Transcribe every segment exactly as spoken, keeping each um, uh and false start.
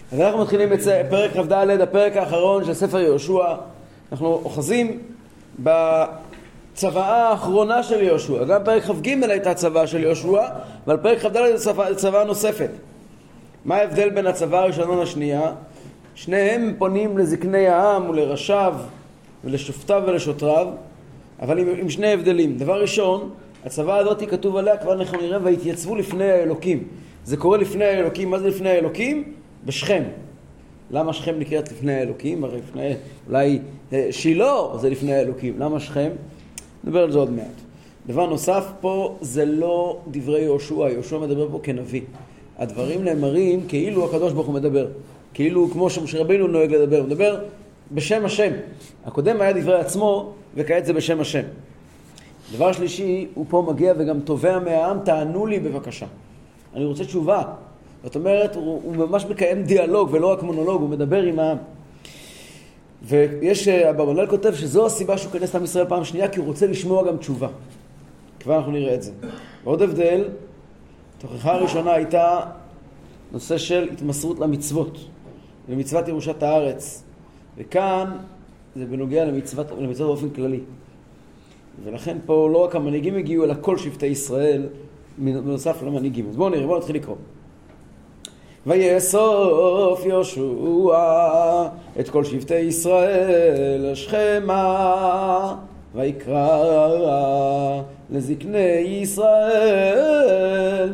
אז אנחנו מתחילים את פרק כ"ד, הפרק האחרון של ספר יהושע. אנחנו אוחזים בצוואה האחרונה של יהושע. גם פרק כ"ג הייתה צוואה של יהושע, אבל פרק כ"ד היא צוואה נוספת. מה ההבדל בין הצוואה הראשונה לשנייה? שניהם פונים לזקני העם ולראשיו ולשופטיו ולשוטריו, אבל עם, עם שני הבדלים. דבר ראשון, הצוואה הזאת כתוב עליה, כבר אנחנו נראה, והתייצבו לפני האלוקים. זה קורה לפני האלוקים. מה זה לפני האלוקים? בשכם. למה שכם נקראת לפני האלוקים? הרי לפני, אולי שילה זה לפני האלוקים. למה שכם? נדבר על זה עוד מעט. דבר נוסף פה, זה לא דברי יהושע. יהושע מדבר פה כנביא. הדברים נאמרים כאילו הקדוש ברוך הוא מדבר. כאילו כמו שמשה רבינו נוהג לדבר. הוא מדבר בשם השם. הקודם היה דברי עצמו, וכעת זה בשם השם. דבר שלישי, הוא פה מגיע וגם תובע מהעם, תענו לי בבקשה. אני רוצה תשובה. זאת אומרת, הוא, הוא ממש מקיים דיאלוג ולא רק מונולוג, הוא מדבר עם העם. ויש, אברבנאל כותב שזו הסיבה שהוא כנס לעם ישראל פעם שנייה, כי הוא רוצה לשמוע גם תשובה. כבר אנחנו נראה את זה. ועוד הבדל, התוכחה הראשונה הייתה נושא של התמסרות למצוות, למצוות ירושת הארץ. וכאן זה בנוגע למצוות, למצוות באופן כללי. ולכן פה לא רק המנהיגים הגיעו, אלא כל שבטי ישראל, בנוסף למנהיגים. אז בואו נראה, בואו נתחיל לקרוא. ויאסוף יהושע את כל שבטי ישראל לשכמה, ויקרא לזקני ישראל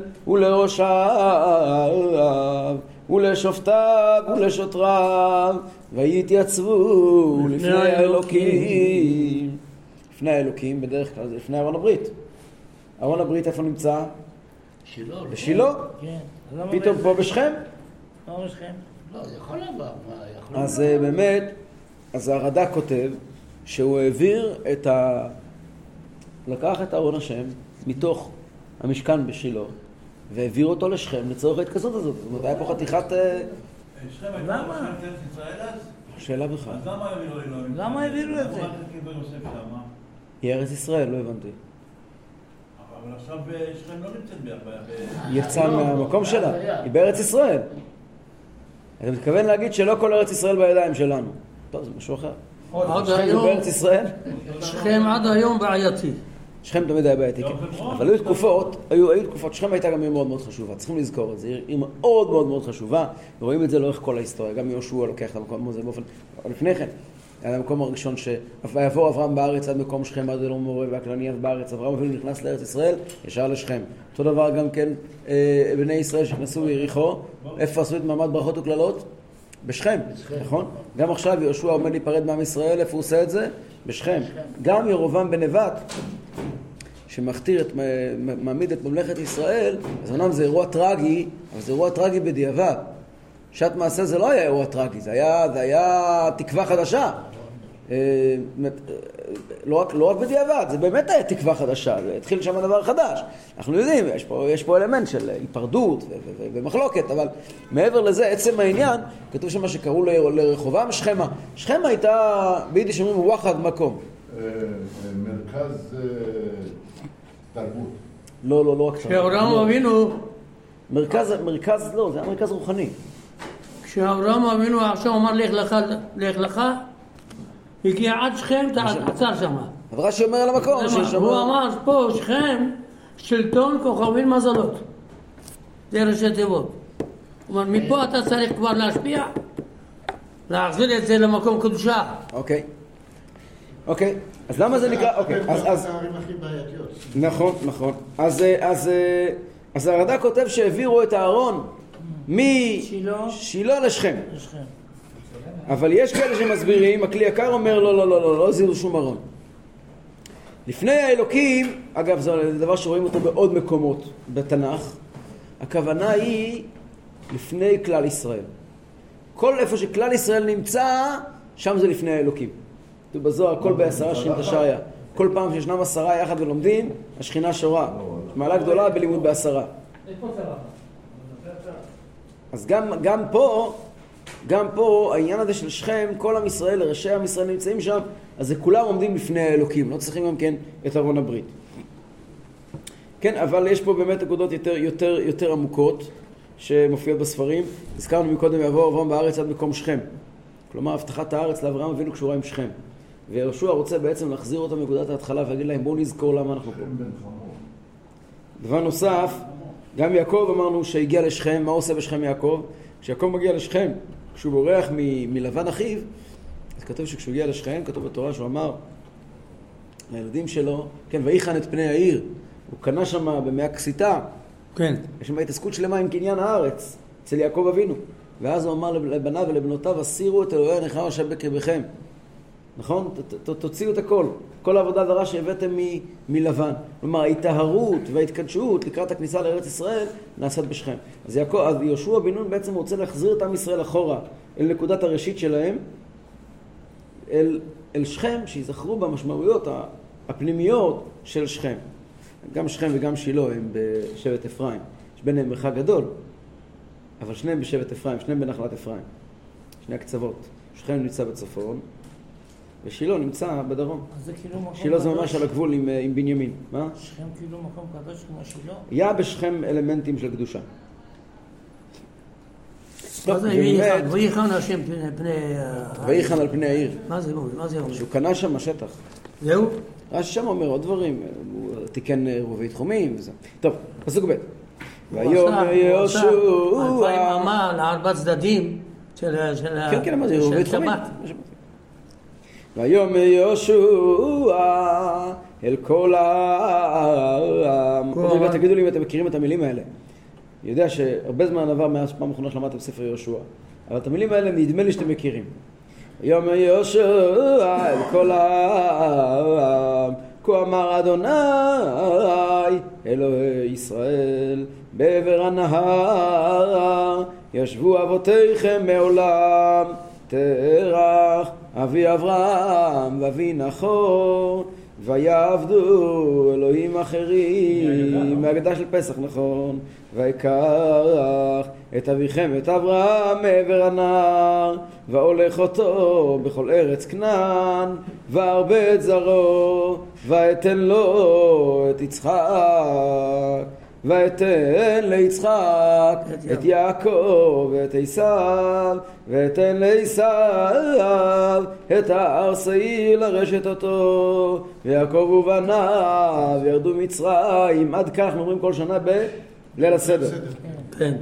ולראשיו ולשופטיו ולשוטריו, ויתייצבו לפני האלוקים. לפני האלוקים בדרך כלל זה לפני ארון הברית. ארון הברית איפה נמצא? שילה. בשילה? כן. פתאום פה בשכם? לא בשכם. לא, זה יכול לבוא. אז באמת, אז הרד"ק כותב שהוא העביר את ה... לקח את ארון השם מתוך המשכן בשילה, והעביר אותו לשכם לצורך ההתכנסות הזאת. זאת אומרת, היה פה חתיכת... שכם הייתה בשכם ארץ ישראל אז? שאלה בכלל. אז למה העבירו אלוהים? למה העבירו את זה? למה קיבל יוסף שמה? היא ארץ ישראל, לא הבנתי. אבל עכשיו שכם לא נמצאת ב... היא יצאה מהמקום שלה, היא בארץ ישראל. אתה מתכוון להגיד שלא כל ארץ ישראל בידיים שלנו. טוב, זה משהו אחר. שכם זה בארץ ישראל? שכם עד היום בעייתי. שכם תמיד היה בעייתי, כן. אבל היו תקופות, היו, היו תקופות, שכם הייתה גם עיר מאוד מאוד חשובה, צריכים לזכור את זה, עיר מאוד מאוד מאוד חשובה, ורואים את זה לאורך כל ההיסטוריה, גם יהושע לוקח את המקום הזה באופן, אבל לפני כן, היה המקום הראשון שיעבור אברהם בארץ עד מקום שכם, עד אלון מורה והכלני אז בארץ, אברהם אפילו נכנס לארץ ישראל, ישר לשכם. אותו דבר גם כן, אה, בני ישראל שנכנסו ליריחו, איפה עשו את מעמד ברכות וכללות? בשכם, נכון? גם עכשיו יהושע עומד להיפרד מעם ישראל, איפה הוא עושה את זה? בשכם. גם ירובעם בן נבט, שמכתיר את, מעמיד את ממלכת ישראל, אז אומנם זה אירוע טרגי, אבל זה אירוע טרגי בדיעבד. שעת מעשה זה לא היה אירוע טרגי, זה היה, זה היה תקווה חדשה. לא רק, לא רק בדיעבד, זה באמת היה תקווה חדשה, זה התחיל שם דבר חדש. אנחנו יודעים, יש פה, יש פה אלמנט של היפרדות ומחלוקת, אבל מעבר לזה, עצם העניין, כתוב שם שקראו לרחובעם שכמה. שכמה הייתה, ביידיש אומרים, וואחד מקום. מרכז תרבות. לא, לא, לא רק תרבות. כשאברהם אבינו, מרכז, מרכז לא, זה היה מרכז רוחני. כשאברהם אבינו עכשיו אמר לך לך, לך לך, הגיע עד שכם, עצר שם. אבל רש"י אומר על המקום. הוא אמר פה שכם, שלטון כוכבים מזלות. זה ראשי תיבות. הוא אומר, מפה אתה צריך כבר להשפיע, להחזיר את זה למקום קדושה. אוקיי. אוקיי. אז למה זה נקרא? אוקיי. אז נכון, נכון. אז אז אז הרד"ק כותב שהעבירו את הארון משילה לשכם. אבל יש כאלה שמסבירים, הכלי יקר אומר לא, לא, לא, לא, לא זירו שום ארון. לפני האלוקים, אגב, זה דבר שרואים אותו בעוד מקומות בתנ"ך, הכוונה היא לפני כלל ישראל. כל איפה שכלל ישראל נמצא, שם זה לפני האלוקים. בזוהר, כל בעשרה שכינת השעיה. כל פעם שישנם עשרה יחד ולומדים, השכינה שורה. מעלה גדולה בלימוד בעשרה. אז גם, גם פה, גם פה, העניין הזה של שכם, כל עם ישראל, ראשי עם ישראל נמצאים שם, אז זה כולם עומדים לפני האלוקים, לא צריכים גם כן את ארון הברית. כן, אבל יש פה באמת נקודות יותר, יותר, יותר עמוקות, שמופיעות בספרים. הזכרנו מקודם, יבוא אברהם בארץ עד מקום שכם. כלומר, הבטחת הארץ לאברהם אבינו קשורה עם שכם. ויהושע רוצה בעצם להחזיר אותם מנקודת ההתחלה ולהגיד להם, בואו נזכור למה אנחנו פה. דבר נוסף, גם יעקב אמרנו שהגיע לשכם. מה עושה בשכם יעקב? כשיעקב מגיע לשכם, כשהוא בורח מ- מלבן אחיו, אז כתוב שכשהוא הגיע לשכם, כתוב בתורה שהוא אמר לילדים שלו, כן, ויחן את פני העיר, הוא קנה שם במאה כסיתה, כן. יש שם התעסקות שלמה עם קניין הארץ, אצל יעקב אבינו, ואז הוא אמר לבניו ולבנותיו, הסירו את אלוהי הנחם אשר בקרבכם, נכון? ת, ת, תוציאו את הכל, כל העבודה הזרה שהבאתם מ- מלבן. כלומר, ההיטהרות וההתקדשות לקראת הכניסה לארץ ישראל נעשית בשכם. אז, יעקב, אז יהושע בן נון בעצם רוצה להחזיר את עם ישראל אחורה אל נקודת הראשית שלהם, אל, אל שכם, שיזכרו במשמעויות הפנימיות של שכם. גם שכם וגם שילה הם בשבט אפרים. יש ביניהם מרחק גדול, אבל שניהם בשבט אפרים, שניהם בנחלת אפרים. שני הקצוות. שכם נמצא בצפון, ושילה נמצא בדרום. אז זה כאילו מקום שילה זה ממש קדוש. על הגבול עם, עם בנימין. מה? שכם כאילו מקום קדוש כמו שילה? היה בשכם אלמנטים של קדושה. מה זה ובאמת, ויחן השם פני... פני- ויחן על פני העיר. מה זה אומר? מה זה אומר? שהוא קנה שם שטח. זהו? רש"י שם אומר עוד דברים, הוא תיקן רובי תחומים וזה. טוב, פסוק ב'. הוא והיום עשה- הוא עשה יהושע... אלפיים אמה לארבע צדדים של ה- של ה- כן, כן, מה זה, של רובי תחומים. שבת. והיום יהושע אל כל העם. עוד רגע תגידו לי אם אתם מכירים את המילים האלה. אני יודע שהרבה זמן עבר מאז פעם אחרונה שלמדתם ספר יהושע, אבל את המילים האלה נדמה לי שאתם מכירים. יום יהושע אל כל העם, כה אמר אדוני אלוהי ישראל בעבר הנהר, ישבו אבותיכם מעולם, תרח אבי אברהם ואבי נחור, ויעבדו אלוהים אחרים. מהגדה של פסח, נכון. ויקח את אביכם את אברהם מעבר הנהר, והולך אותו בכל ארץ כנען, והרבה את זרעו, ואתן לו את יצחק, ואתן ליצחק את יעקב ואת עשיו, ואתן לעשיו את ההר שעיר לרשת אותו, ויעקב ובניו ירדו מצרים. עד כך אומרים כל שנה בליל הסדר. כן.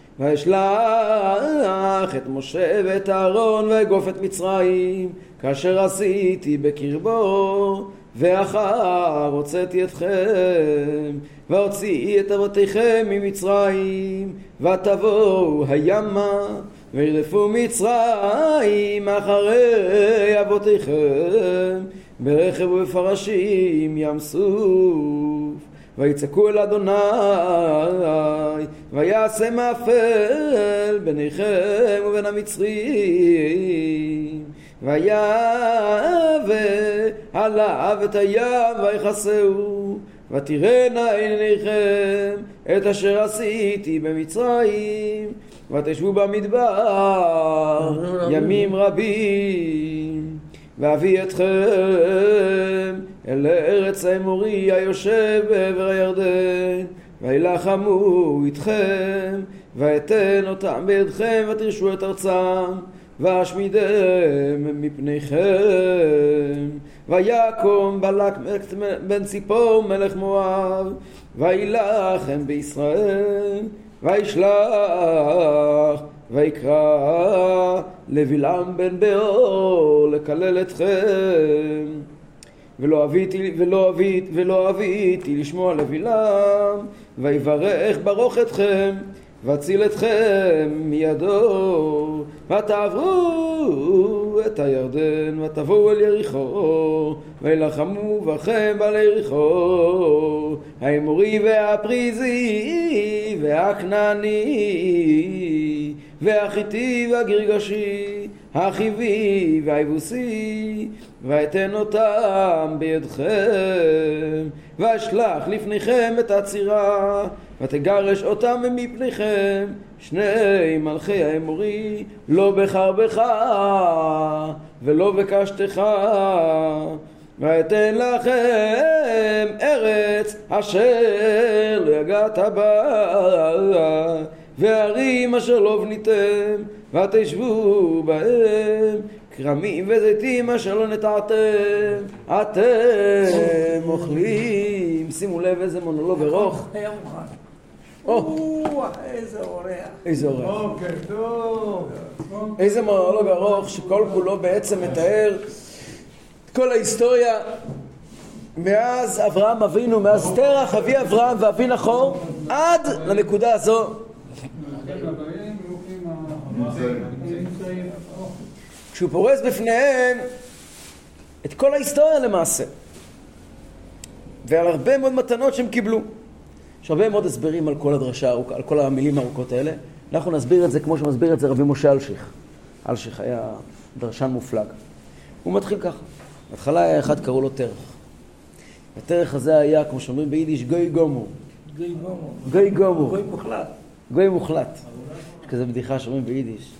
וישלח את משה ואת אהרון ויגוף את מצרים, כאשר עשיתי בקרבו, ואחר הוצאתי אתכם, והוציא את אבותיכם ממצרים, ותבואו הימה, וירדפו מצרים אחרי אבותיכם, ברכב ובפרשים ים סוף. ויצעקו אל אדוני, ויעשה מאפל ביניכם ובין המצרים, ויבא עליו את הים ויכסהו, ותראינה עיניכם את אשר עשיתי במצרים, ותשבו במדבר ימים רבים, ואביא אתכם אל ארץ האמורי היושב בעבר הירדן, וילחמו איתכם, ואתן אותם בידכם, ותרשו את ארצם, ואשמידם מפניכם. ויקום בלק בן ציפור מלך מואב, וילחם בישראל, וישלח ויקרא לבלעם בן באור לקלל אתכם, ולא אביתי ולא אביתי ולא אביתי לשמוע לבלעם, ויברך ברוך אתכם והציל אתכם מידו, ותעברו את הירדן ותבואו אל יריחו, וילחמו בכם בעל יריחו, האמורי והפריזי והכנעני והחיתי והגרגשי, החיבי והיבוסי, ואתן אותם בידכם, ואשלח לפניכם את הצירה, ותגרש אותם מפניכם, שני מלכי האמורי, לא בחרבך ולא בקשתך, ואתן לכם ארץ אשר לא יגעת בה, והערים אשר לא בניתם ותשבו בהם, כרמים וזיתים אשר לא נטעתם אתם אוכלים. שימו לב איזה מונולוג ארוך. היה מוכן. או, איזה אורח. איזה אורח. אוקיי, טוב. איזה מונולוג ארוך שכל כולו בעצם מתאר את כל ההיסטוריה מאז אברהם אבינו, מאז תרח אבי אברהם ואבי נחור עד לנקודה הזו. כשהוא פורס בפניהם את כל ההיסטוריה למעשה ועל הרבה מאוד מתנות שהם קיבלו. יש הרבה מאוד הסברים על כל הדרשה, על כל המילים הארוכות האלה. אנחנו נסביר את זה כמו שמסביר את זה רבי משה אלשיך. אלשיך היה דרשן מופלג. הוא מתחיל ככה. בהתחלה היה אחד, קראו לו תרח. התרח הזה היה, כמו שאומרים ביידיש, גוי גומור. גוי גומור. גוי גומור. גוי מוחלט. גוי מוחלט. יש כזה בדיחה שאומרים ביידיש,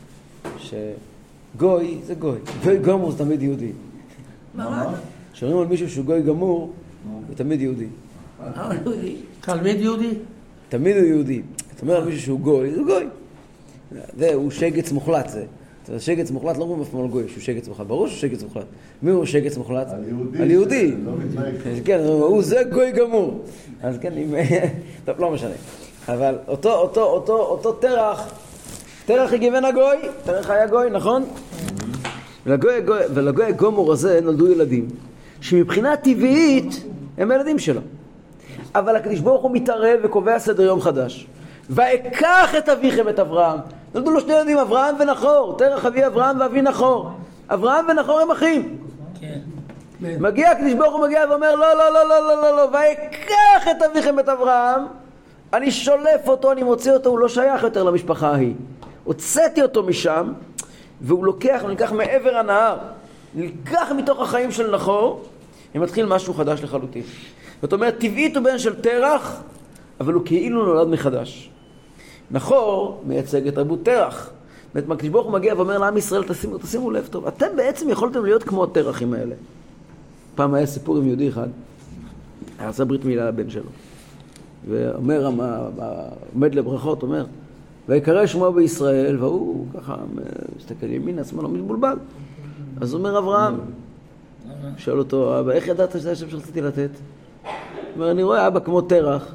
שגוי זה גוי. גוי גומור זה תמיד יהודי. מה? שאומרים על מישהו שהוא גוי גמור, הוא תמיד יהודי. יהודי. תלמיד יהודי? תמיד הוא יהודי. אתה אומר על מישהו שהוא גוי, זה גוי. זה, הוא שגץ מוחלט. זה. שגץ מוחלט לא אומרים אף פעם על גוי, שהוא שגץ מוחלט. ברור שהוא שגץ מוחלט. מי הוא שגץ מוחלט? על יהודי. על יהודי. לא מתנהג. כן, הוא זה גוי גמור. אז כן, אם... טוב, לא משנה. אבל אותו, אותו, אותו, אותו תרח, תרח הגיוון הגוי, תרח היה גוי, נכון? ולגוי, ולגוי הגומור הזה נולדו ילדים, שמבחינה טבעית הם הילדים שלו. אבל הקדוש ברוך הוא מתערב וקובע סדר יום חדש. ויקח את אביכם את אברהם. נולדו לו שני ילדים, אברהם ונחור. תרח אבי אברהם ואבי נחור. אברהם ונחור הם אחים. כן. מגיע הקדוש ברוך הוא מגיע ואומר לא לא לא לא לא לא לא ויקח את אביכם את אברהם. אני שולף אותו, אני מוציא אותו, הוא לא שייך יותר למשפחה ההיא. הוצאתי אותו משם והוא לוקח, הוא ניקח מעבר הנהר, ניקח מתוך החיים של נחור ומתחיל משהו חדש לחלוטין. זאת אומרת, טבעית הוא בן של תרח, אבל הוא כאילו נולד מחדש. נחור מייצג את תרבות תרח. זאת אומרת, הקדוש ברוך הוא מגיע ואומר לעם ישראל, תשימו, תשימו לב טוב, אתם בעצם יכולתם להיות כמו התרחים האלה. פעם היה סיפור עם יהודי אחד, היה עשה ברית מילה לבן שלו. ואומר, עומד לברכות, אומר, ויקרא שמו בישראל, והוא ככה מסתכל ימין, עצמו לא מתבולבל. אז אומר אברהם, שואל אותו, אבא, איך ידעת שזה השם שרציתי לתת? אומר, אני רואה אבא כמו תרח.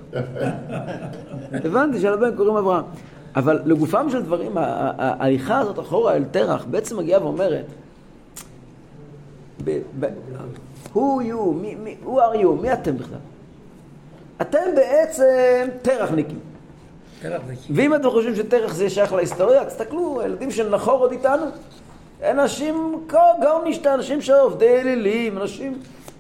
הבנתי שלבן קוראים אברהם. אבל לגופם של דברים, ההליכה הזאת אחורה אל תרח בעצם מגיעה ואומרת, who you, who are you, מי אתם בכלל? אתם בעצם תרחניקים. תרחניקים. ואם אתם חושבים שתרח זה שייך להיסטוריה, תסתכלו, הילדים של נחור עוד איתנו. אנשים גאונישט, אנשים שעובדי אלילים, אנשים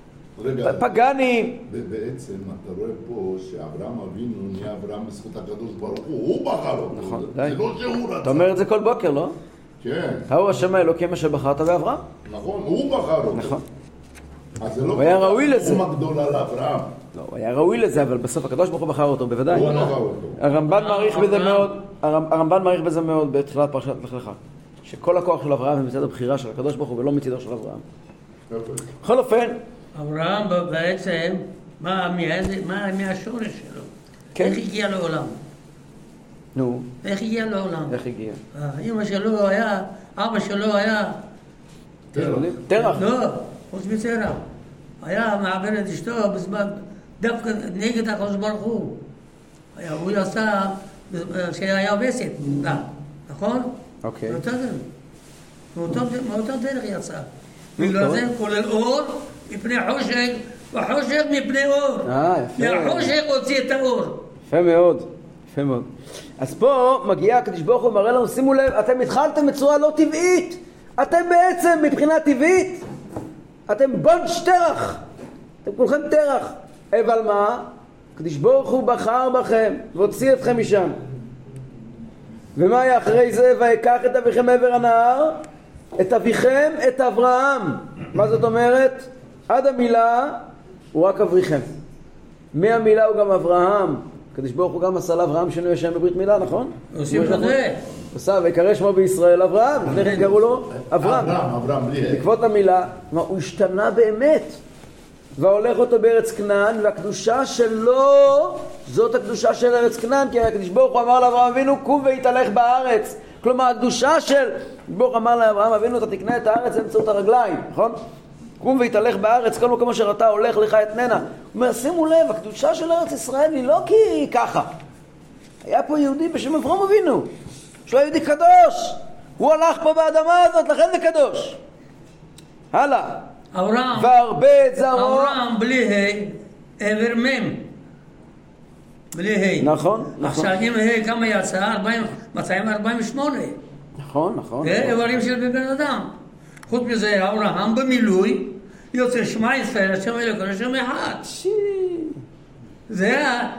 פגנים. בעצם אתה רואה פה שאברהם אבינו נהיה אברהם בזכות הקדוש ברוך הוא, הוא בחר אותו. נכון, זה די. לא שהוא רצה. אתה אומר את זה כל בוקר, לא? כן. ההוא השם האלוקים אשר בחרת באברהם. נכון, הוא בחר אותו. נכון. אז זה לא... הוא היה ראוי לזה. הוא הגדולה לאברהם. לא, הוא היה ראוי לזה, אבל בסוף הקדוש ברוך הוא בחר אותו, בוודאי. הוא בחר אותו. הרמב"ן מעריך בזה מאוד, הרמב"ן מעריך בזה מאוד בתחילת פרשת לך לך. שכל הכוח של אברהם הוא מצד הבחירה של הקדוש ברוך הוא ולא מצדו של אברהם. בכל אופן, אברהם בעצם, מה מהשורש שלו? כן. איך הגיע לעולם? נו, איך הגיע לעולם? איך הגיע? אמא שלו היה, אבא שלו היה... תרח. לא, חוץ מתרח. היה מעבר את אשתו בזמן, דווקא נגד הקדוש ברוך הוא. הוא עשה, שהיה וסת, נכון? אוקיי. מאותו דרך יצא. בגלל זה כולל אור מפני חושך, וחושך מפני אור. אה, יפה. מהחושך הוציא את האור. יפה מאוד, יפה מאוד. אז פה מגיע הקדוש ברוך הוא ומראה לנו, שימו לב, אתם התחלתם בצורה לא טבעית. אתם בעצם מבחינה טבעית, אתם בונץ' תרח. אתם כולכם תרח. אבל מה? הקדוש ברוך הוא בחר בכם והוציא אתכם משם. ומה היה אחרי זה? ויקח את אביכם מעבר הנהר, את אביכם, את אברהם. מה זאת אומרת? עד המילה הוא רק אבריכם. מהמילה הוא גם אברהם. הקדוש ברוך הוא גם עשה לאברהם שינוי השם בברית מילה, נכון? עושים את זה. עושה, ויקרא שמו בישראל אברהם. לפני כן קראו לו אברהם. אברהם, אברהם, בלי... בעקבות המילה, הוא השתנה באמת. והולך אותו בארץ כנען, והקדושה שלו זאת הקדושה של ארץ כנען, כי הקדוש ברוך הוא אמר לאברהם אבינו קום והתהלך בארץ. כלומר הקדושה של ברוך אמר לאברהם אבינו אתה תקנה את הארץ באמצעות הרגליים, נכון? קום והתהלך בארץ, כל מקום אשר אתה הולך לך אתננה. הוא אומר, שימו לב, הקדושה של ארץ ישראל היא לא כי היא ככה. היה פה יהודי בשם אברהם אבינו, שהוא יהודי קדוש, הוא הלך פה באדמה הזאת, לכן זה קדוש. הלאה. אברהם, והרבה את זרעו. אברהם בלי ה' עבר מם. בלי ה'. נכון, נכון. עכשיו אם ה' כמה יצא? מאתיים ארבעים ושמונה. נכון, נכון. זה איברים של בן אדם. חוץ מזה, אברהם במילוי יוצא שמע ישראל, השם אלוהינו, השם אחד. זה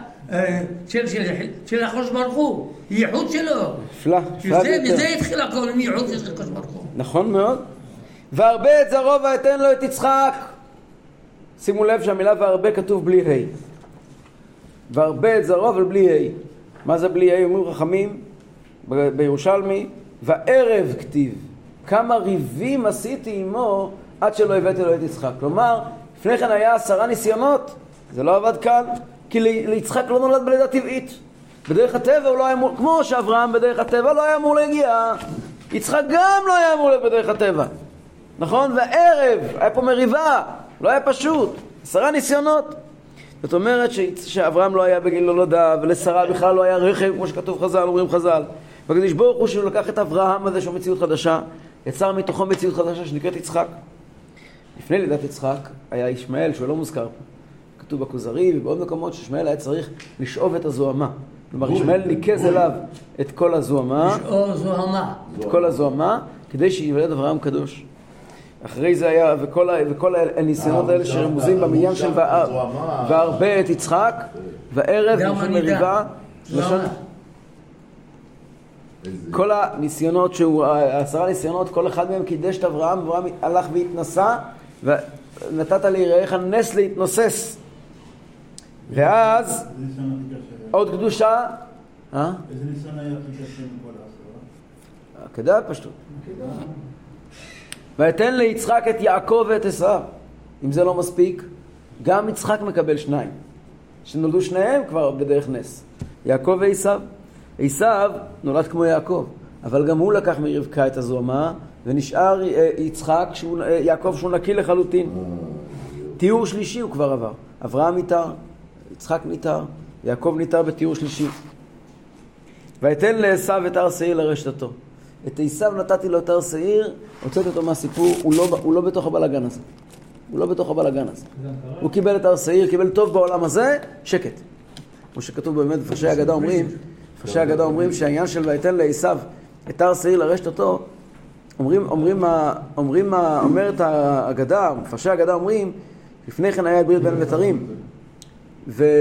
של הקדוש ברוך הוא, ייחוד שלו. נפלא, נפלא ביותר. מזה התחיל הכל, מייחוד של הקדוש ברוך הוא. נכון מאוד. והרבה את זרעו ואתן לו את יצחק. שימו לב שהמילה והרבה כתוב בלי ה'. והרבה את זרעו אבל בלי ה'. מה זה בלי ה'? אומרים חכמים בירושלמי, וערב כתיב. כמה ריבים עשיתי עמו עד שלא הבאתי לו את יצחק. כלומר, לפני כן היה עשרה ניסיונות. זה לא עבד כאן, כי ליצחק לא נולד בלידה טבעית. בדרך הטבע הוא לא היה אמור, כמו שאברהם בדרך הטבע לא היה אמור להגיע. יצחק גם לא היה אמור להיות בדרך הטבע. נכון? והערב היה פה מריבה, לא היה פשוט. עשרה ניסיונות. זאת אומרת שאברהם לא היה בגיל הולדה, ולשרה בכלל לא היה רכב, כמו שכתוב חז"ל, אומרים חז"ל. והקדוש ברוך הוא שהוא לקח את אברהם הזה שהוא מציאות חדשה, יצר מתוכו מציאות חדשה שנקראת יצחק. לפני לידת יצחק היה ישמעאל שהוא לא מוזכר פה. כתוב בכוזרי ובעוד מקומות שישמעאל היה צריך לשאוב את הזוהמה. כלומר ישמעאל ניקז אליו את כל הזוהמה. לשאוב זוהמה. את כל הזוהמה כדי שיוולד אברהם קדוש. אחרי זה היה, וכל, וכל הניסיונות האלה שרמוזים במניין של והרבה את יצחק, וערב לשון מריבה, לשון... כל הניסיונות, שהוא, העשרה ניסיונות, כל אחד מהם קידש את אברהם, אברהם הלך והתנסה, ונתת ליראיך נס להתנוסס. ואז, עוד קדושה, איזה ניסיון היה הכי קשה מכל העשרה? כדאי פשוט. ויתן ליצחק את יעקב ואת עשיו. אם זה לא מספיק, גם יצחק מקבל שניים. שנולדו שניהם כבר בדרך נס. יעקב ועשיו. עשיו נולד כמו יעקב, אבל גם הוא לקח מרבקה את הזוהמה, ונשאר יצחק, שהוא, יעקב שהוא נקי לחלוטין. תיאור שלישי הוא כבר עבר. אברהם ניתר, יצחק ניתר, יעקב ניתר בתיאור שלישי. ויתן לעשיו את הר שעיר לרשתתו. את עשיו נתתי לו את הר שעיר, הוצאתי אותו מהסיפור, הוא לא, הוא לא בתוך הבלגן הזה. הוא לא בתוך הבלגן הזה. הוא קיבל את הר שעיר, קיבל טוב בעולם הזה, שקט. כמו שכתוב באמת, מפרשי האגדה אומרים, מפרשי האגדה אומרים שהעניין של ויתן לעשיו את הר שעיר לרשתתו, אומרים, אומרים, אומרים, אומרת האגדה, מפרשי האגדה אומרים, לפני כן היה ברית בין הבתרים, ו...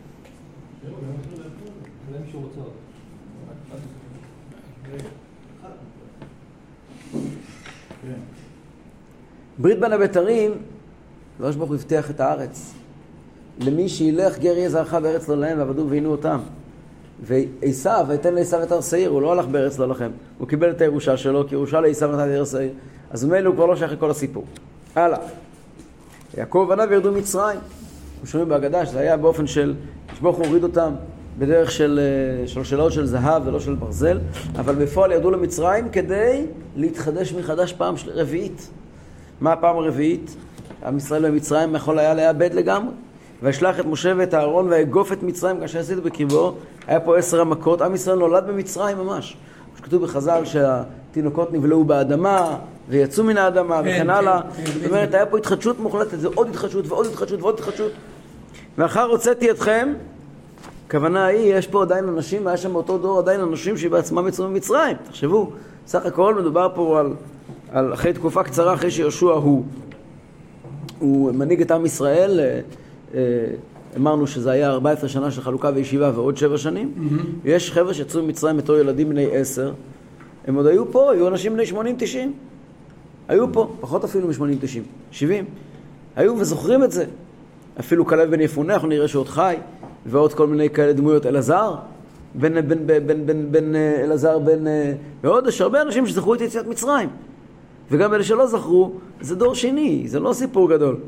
ברית בין הבתרים, הקדוש ברוך הוא הבטיח את הארץ. למי שילך גר יהיה זרעך בארץ לא להם ועבדו ועינו אותם. ועשיו, ויתן לעשיו את הר שעיר, הוא לא הלך בארץ לא לכם. הוא קיבל את הירושה שלו, כי ירושה לעשיו נתן את הר שעיר. אז מילא הוא כבר לא שייך לכל הסיפור. הלאה. יעקב ובניו ירדו מצרים. אנחנו שומעים בהגדה שזה היה באופן של, ברוך הוא הוריד אותם בדרך של שלשלאות של זהב ולא של ברזל, אבל בפועל ירדו למצרים כדי להתחדש מחדש פעם רביעית. מה הפעם הרביעית? עם ישראל במצרים יכול היה לאבד לגמרי. וישלח את משה ואת אהרון ויגוף את מצרים כאשר עשית בקרבו. היה פה עשר המכות. עם ישראל נולד במצרים ממש. כתוב בחז"ל שהתינוקות נבלעו באדמה ויצאו מן האדמה וכן הלאה. זאת אומרת, היה פה התחדשות מוחלטת. זה עוד התחדשות ועוד התחדשות ועוד התחדשות. ואחר הוצאתי אתכם, הכוונה היא, יש פה עדיין אנשים, היה שם באותו דור עדיין אנשים שבעצמם יצאו ממצרים. תחשבו, סך הכל מדובר פה על, על אחרי תקופה קצרה, אחרי שיהושע הוא, הוא מנהיג את עם ישראל, אמרנו שזה היה ארבע עשרה שנה של חלוקה וישיבה ועוד שבע שנים. Mm-hmm. יש חבר'ה שיצאו ממצרים בתור ילדים בני עשר, הם עוד היו פה, היו אנשים בני שמונים תשעים. היו פה, פחות אפילו מ-שמונים תשעים, שבעים. היו וזוכרים את זה. אפילו כלב בן יפונה, אנחנו נראה שעוד חי, ועוד כל מיני כאלה דמויות. אלעזר, בן, בן, בן, בן, בן, בן אלעזר, בן... ועוד יש הרבה אנשים שזכרו את יציאת מצרים. וגם אלה שלא זכרו, זה דור שני, זה לא סיפור גדול.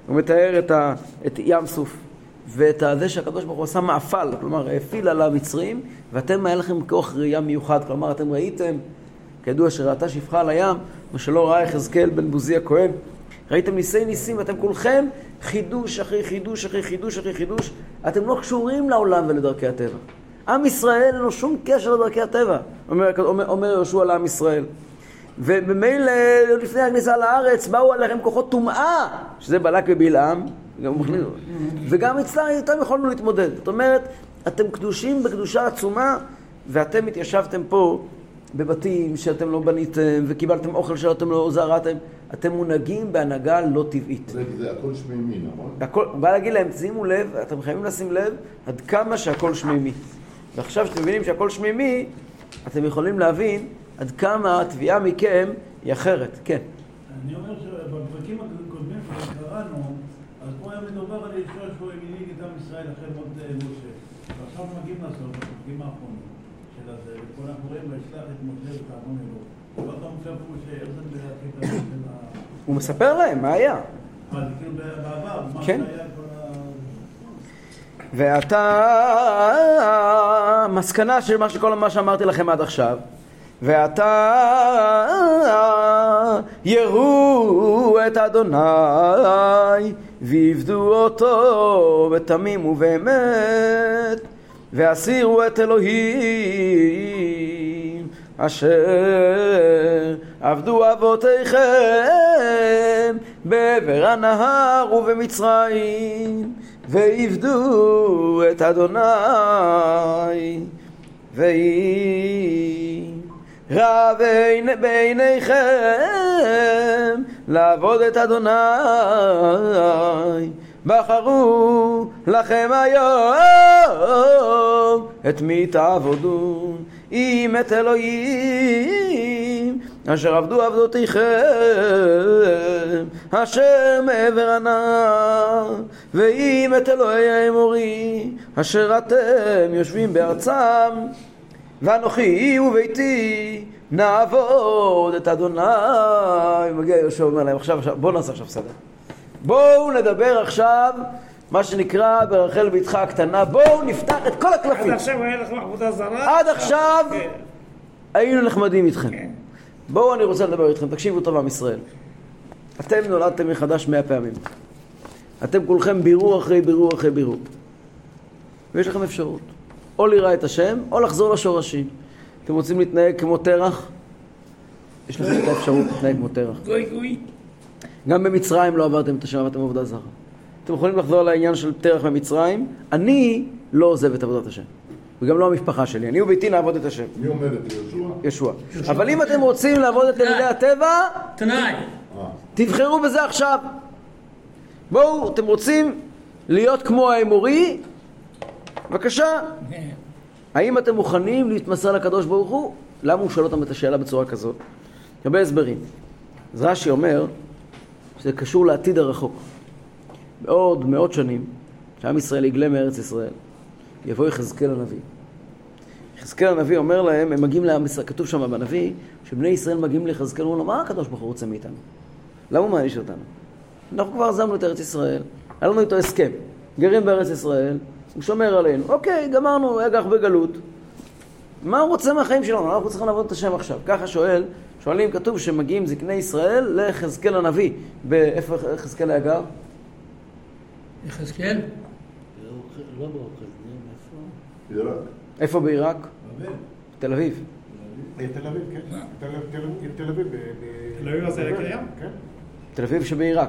הוא מתאר את, ה, את ים סוף, ואת זה שהקדוש ברוך הוא עשה מאפל, כלומר, האפיל על המצרים, ואתם היה לכם כוח ראייה מיוחד, כלומר, אתם ראיתם, כידוע שראתה שפחה על הים, מה שלא ראה יחזקאל בן בוזי הכהן, ראיתם ניסי ניסים, ואתם כולכם חידוש אחרי חידוש אחרי חידוש אחרי חידוש, אתם לא קשורים לעולם ולדרכי הטבע. עם ישראל אין לו שום קשר לדרכי הטבע, אומר, אומר, אומר יהושע לעם ישראל. ובמילא, לפני הכניסה לארץ, באו עליכם כוחות טומאה, שזה בלק ובלעם, וגם אצלם איתם יכולנו להתמודד. זאת אומרת, אתם קדושים בקדושה עצומה, ואתם התיישבתם פה בבתים שאתם לא בניתם, וקיבלתם אוכל שאתם לא זרעתם, אתם מונהגים בהנהגה לא טבעית. זה, זה הכל שמימי, נכון? הכל, בא להגיד להם, שימו לב, אתם חייבים לשים לב עד כמה שהכל שמימי. ועכשיו שאתם מבינים שהכל שמימי, אתם יכולים להבין עד כמה התביעה מכם היא אחרת. כן. אני אומר שבפרקים הקודמים שקראנו, אז פה היה מדובר על ישוע שהוא הנהיג את עם ישראל אחרי מות משה. ועכשיו מגיעים לסוף, בפרקים האחרונים של הזה, ופה אנחנו רואים וישלח את משה ואת אהרון אלו. ואתה מופיע פה שאיך זה בקטע של ה... הוא מספר להם מה היה. אבל זה כאילו בעבר, מה כן. שהיה כל ה... ואתה, מסקנה של מה שכל מה שאמרתי לכם עד עכשיו, ואתה יראו את אדוני ועבדו אותו בתמים ובאמת, והסירו את אלוהים אשר עבדו אבותיכם בעבר הנהר ובמצרים, ועבדו את אדוני ויהי רע בעיניכם לעבוד את אדוני. בחרו לכם היום את מי תעבדו, אם את אלוהים אשר עבדו עבדותיכם אשר מעבר הנהר, ואם את אלוהי האמורי אשר אתם יושבים בארצם, ואנוכי וביתי נעבוד את אדוני. מגיע יהושע אומר להם, עכשיו, עכשיו, בואו נעשה עכשיו סדר. בואו נדבר עכשיו מה שנקרא ברחל ביתך הקטנה, בואו נפתח את כל הקלפים. עד עכשיו היה לכם עבודה זרה. עד עכשיו היינו נחמדים איתכם. בואו אני רוצה לדבר איתכם, תקשיבו טוב עם ישראל. אתם נולדתם מחדש מאה פעמים. אתם כולכם בירור אחרי בירור אחרי בירור. ויש לכם אפשרות. או לראה את השם, או לחזור לשורשים. אתם רוצים להתנהג כמו תרח? יש לכם את האפשרות להתנהג כמו תרח. גוי גוי. גם במצרים לא עברתם את השם, עברתם עבודה זרה. אתם יכולים לחזור לעניין של תרח במצרים. אני לא עוזב את עבודת השם. וגם לא המשפחה שלי. אני וביתי נעבוד את השם. מי אומר את יהושע? ישוע. אבל אם אתם רוצים לעבוד את אלילי הטבע, תנאי. תבחרו בזה עכשיו. בואו, אתם רוצים להיות כמו האמורי? בבקשה. האם אתם מוכנים להתמסר לקדוש ברוך הוא? למה הוא שואל אותם את השאלה בצורה כזאת? הרבה הסברים. אז רש"י אומר שזה קשור לעתיד הרחוק. בעוד מאות שנים, שעם ישראל יגלה מארץ ישראל, יבוא יחזקאל הנביא. יחזקאל הנביא אומר להם, הם מגיעים למסע, כתוב שם בנביא, שבני ישראל מגיעים ליחזקאל, אומרים לו, מה הקדוש ברוך הוא רוצה מאיתנו? למה הוא מעניש אותנו? אנחנו כבר עזבנו את ארץ ישראל, היה לנו איתו הסכם, גרים בארץ ישראל, הוא שומר עלינו, אוקיי, גמרנו, היה כך בגלות. מה הוא רוצה מהחיים שלנו? אנחנו צריכים לעבוד את השם עכשיו. ככה שואל, שואלים, כתוב שמגיעים זקני ישראל ליחזקאל הנביא. באיפה יחזקאל היה גר? יחזקאל? לא באוכל, איפה? בעיראק. איפה בעיראק? תל אביב. תל אביב, כן. תל אביב. תל אביב זה קיים? כן. תל אביב שבעיראק.